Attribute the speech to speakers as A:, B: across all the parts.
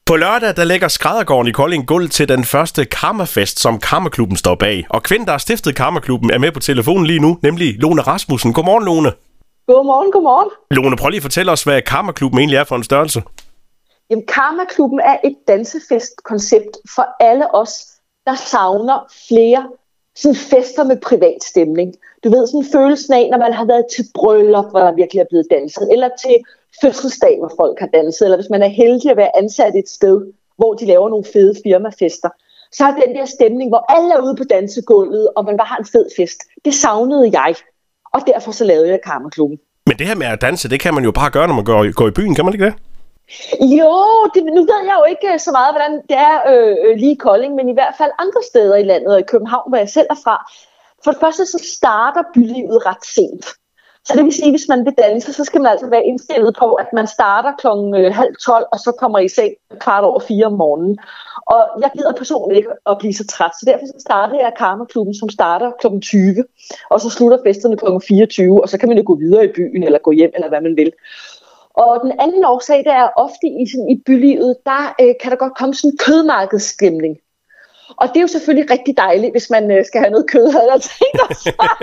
A: På lørdag, der lægger Skræddergården i Kolding gulv til den første Karmafest, som Karmaklubben står bag. Og kvinden, der har stiftet Karmaklubben, er med på telefonen lige nu, nemlig Lone Rasmussen. Godmorgen, Lone.
B: Godmorgen.
A: Lone, prøv lige at fortælle os, hvad Karmaklubben egentlig er for en størrelse.
B: Jamen, Karmaklubben er et dansefestkoncept for alle os, der savner flere sådan fester med privat stemning. Du ved, sådan følelsen af, når man har været til bryllup, hvor der virkelig er blevet danset, eller til fødselsdag, hvor folk har danset, eller hvis man er heldig at være ansat et sted, hvor de laver nogle fede firmafester, så er den der stemning, hvor alle er ude på dansegulvet, og man bare har en fed fest. Det savnede jeg, og derfor så lavede jeg Karmaklubben.
A: Men det her med at danse, det kan man jo bare gøre, når man går i byen, kan man ikke det?
B: Jo, nu ved jeg jo ikke så meget, hvordan det er lige i Kolding, men i hvert fald andre steder i landet, og i København, hvor jeg selv er fra. For det første, så starter bylivet ret sent. Så det vil sige, at hvis man vil danse, så skal man altså være indstillet på, at man starter 11:30, og så kommer i seng 4:15 om morgenen. Og jeg gider personligt ikke at blive så træt, så derfor så starter jeg Karmaklubben, som starter 20, og så slutter festerne 24, og så kan man jo gå videre i byen, eller gå hjem, eller hvad man vil. Og den anden årsag, der er ofte i bylivet, der kan der godt komme sådan en kødmarkedsstemning. Og det er jo selvfølgelig rigtig dejligt, hvis man skal have noget kød, havde jeg tænkt os.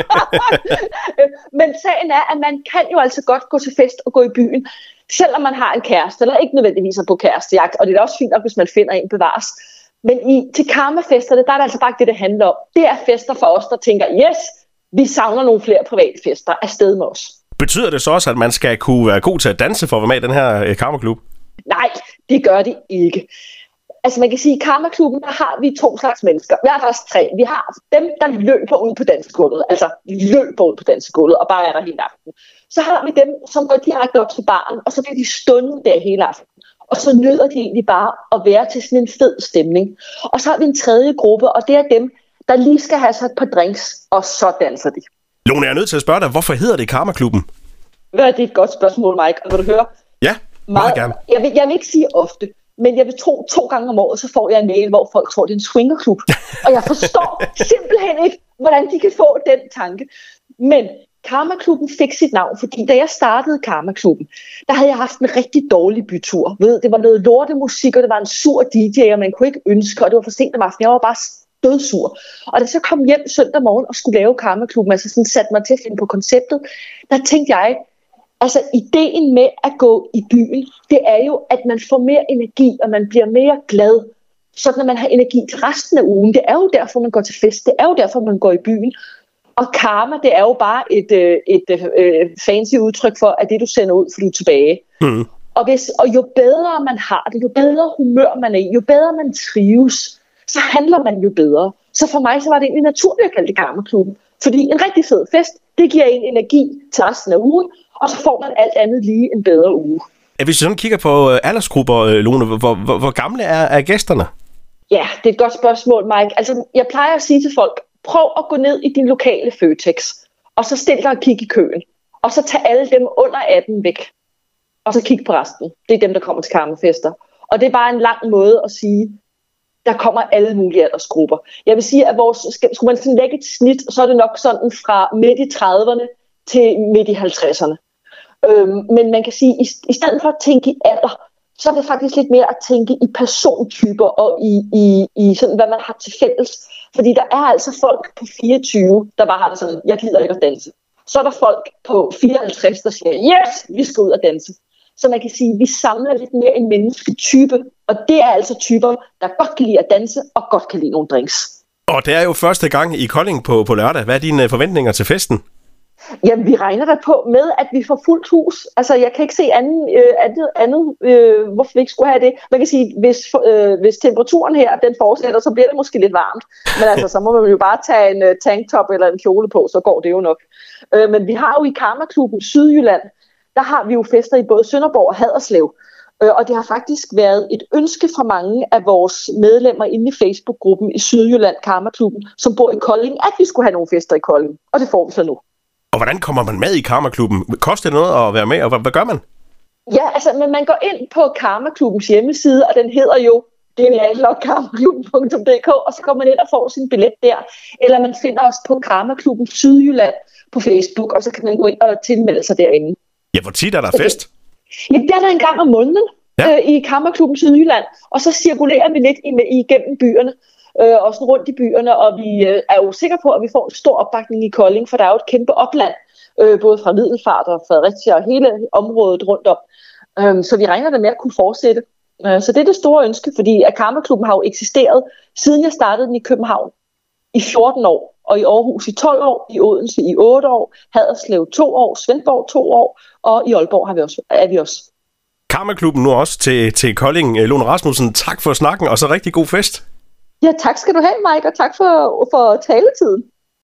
B: Men sagen er, at man kan jo altså godt gå til fest og gå i byen, selvom man har en kæreste, eller ikke nødvendigvis er på kærestejagt. Og det er da også fint nok, hvis man finder en bevares. Men til karmafesterne, der er det altså bare det handler om. Det er fester for os, der tænker, yes, vi savner nogle flere private fester afsted med os.
A: Betyder det så også, at man skal kunne være god til at danse for at være med i den her Karmaklub?
B: Nej, det gør det ikke. Altså man kan sige, at i Karmaklubben, der har vi 2 slags mennesker. Vi har faktisk 3. Vi har dem, der løber ud på dansegulvet. Altså løber ud på dansegulvet og bare er der hele aften. Så har vi dem, som går direkte op til baren, og så bliver de stående der hele aften. Og så nyder de egentlig bare at være til sådan en fed stemning. Og så har vi en tredje gruppe, og det er dem, der lige skal have sig et par drinks, og så danser de.
A: Lone, jeg er nødt til at spørge dig, hvorfor hedder det Karmaklubben?
B: Det er et godt spørgsmål, Mike. Og vil du høre?
A: Ja, meget gerne.
B: Jeg vil ikke sige ofte, men jeg vil tro 2 gange om året, så får jeg en mail, hvor folk tror, det er en swingerklub. Og jeg forstår simpelthen ikke, hvordan de kan få den tanke. Men Karmaklubben fik sit navn, fordi da jeg startede Karmaklubben, der havde jeg haft en rigtig dårlig bytur. Det var noget lortemusik, og det var en sur DJ, og man kunne ikke ønske, og det var for sent om aftenen. Jeg var bare dødsur. Og da jeg så kom hjem søndag morgen og skulle lave Karmaklubben, altså sådan satte mig til at finde på konceptet, der tænkte jeg, altså ideen med at gå i byen, det er jo, at man får mere energi, og man bliver mere glad, sådan at man har energi til resten af ugen. Det er jo derfor, man går til fest. Det er jo derfor, man går i byen. Og karma, det er jo bare et fancy udtryk for, at det du sender ud, flyver tilbage.
A: Mm.
B: Og jo bedre man har det, jo bedre humør man er i, jo bedre man trives, så handler man jo bedre. Så for mig så var det egentlig naturligt at kalde det Karmaklubben. Fordi en rigtig fed fest, det giver en energi til resten af ugen, og så får man alt andet lige en bedre uge.
A: Hvis vi sådan kigger på aldersgrupper, Lone, hvor gamle er gæsterne?
B: Ja, det er et godt spørgsmål, Mike. Altså, jeg plejer at sige til folk, prøv at gå ned i din lokale Føtex, og så stil dig og kig i køen. Og så tag alle dem under 18 væk. Og så kig på resten. Det er dem, der kommer til karmafester. Og det er bare en lang måde at sige, der kommer alle mulige aldersgrupper. Jeg vil sige, at skulle man sådan lægge et snit, så er det nok sådan fra midt i 30'erne til midt i 50'erne. Men man kan sige, at i stedet for at tænke i alder, så er det faktisk lidt mere at tænke i persontyper og i sådan, hvad man har til fælles. Fordi der er altså folk på 24, der bare har det sådan, jeg gider ikke at danse. Så er der folk på 54, der siger, yes, vi skal ud og danse. Så man kan sige, at vi samler lidt mere en mennesketype, og det er altså typer, der godt kan lide at danse og godt kan lide nogle drinks. Og
A: det er jo første gang i Kolding på lørdag. Hvad er dine forventninger til festen?
B: Jamen, vi regner da på med, at vi får fuldt hus. Altså, jeg kan ikke se andet hvorfor vi ikke skulle have det. Man kan sige, hvis temperaturen her, den fortsætter, så bliver det måske lidt varmt. Men altså, så må man jo bare tage en tanktop eller en kjole på, så går det jo nok. Men vi har jo i Karmaklubben Sydjylland, der har vi jo fester i både Sønderborg og Haderslev. Og det har faktisk været et ønske fra mange af vores medlemmer inde i Facebook-gruppen i Sydjylland, Karmaklubben, som bor i Kolding, at vi skulle have nogle fester i Kolding. Og det får vi så nu.
A: Og hvordan kommer man med i Karmaklubben? Koster det noget at være med, og hvad gør man?
B: Ja, altså man går ind på Karmaklubbens hjemmeside, og den hedder jo geniallokkarmaklubben.dk, og så går man ind og får sin billet der. Eller man finder os på Karmaklubben Sydjylland på Facebook, og så kan man gå ind og tilmelde sig derinde.
A: Ja, hvor tit er der fest?
B: Ja, det er der en gang om måneden. i Kammerklubben Sydjylland, og så cirkulerer vi lidt igennem byerne, og sådan rundt i byerne, og vi er jo sikre på, at vi får en stor opbakning i Kolding, for der er jo et kæmpe opland, både fra Middelfart og Fredericia og hele området rundt om. Så vi regner da med at kunne fortsætte. Så det er det store ønske, fordi at Kammerklubben har jo eksisteret, siden jeg startede den i København i 14 år, og i Aarhus i 12 år, i Odense i 8 år, Haderslev 2 år, Svendborg 2 år, og i Aalborg er vi også.
A: Kammerklubben nu også til Kolding. Lone Rasmussen, tak for snakken, og så rigtig god fest.
B: Ja, tak skal du have, Mike, og tak for taletiden.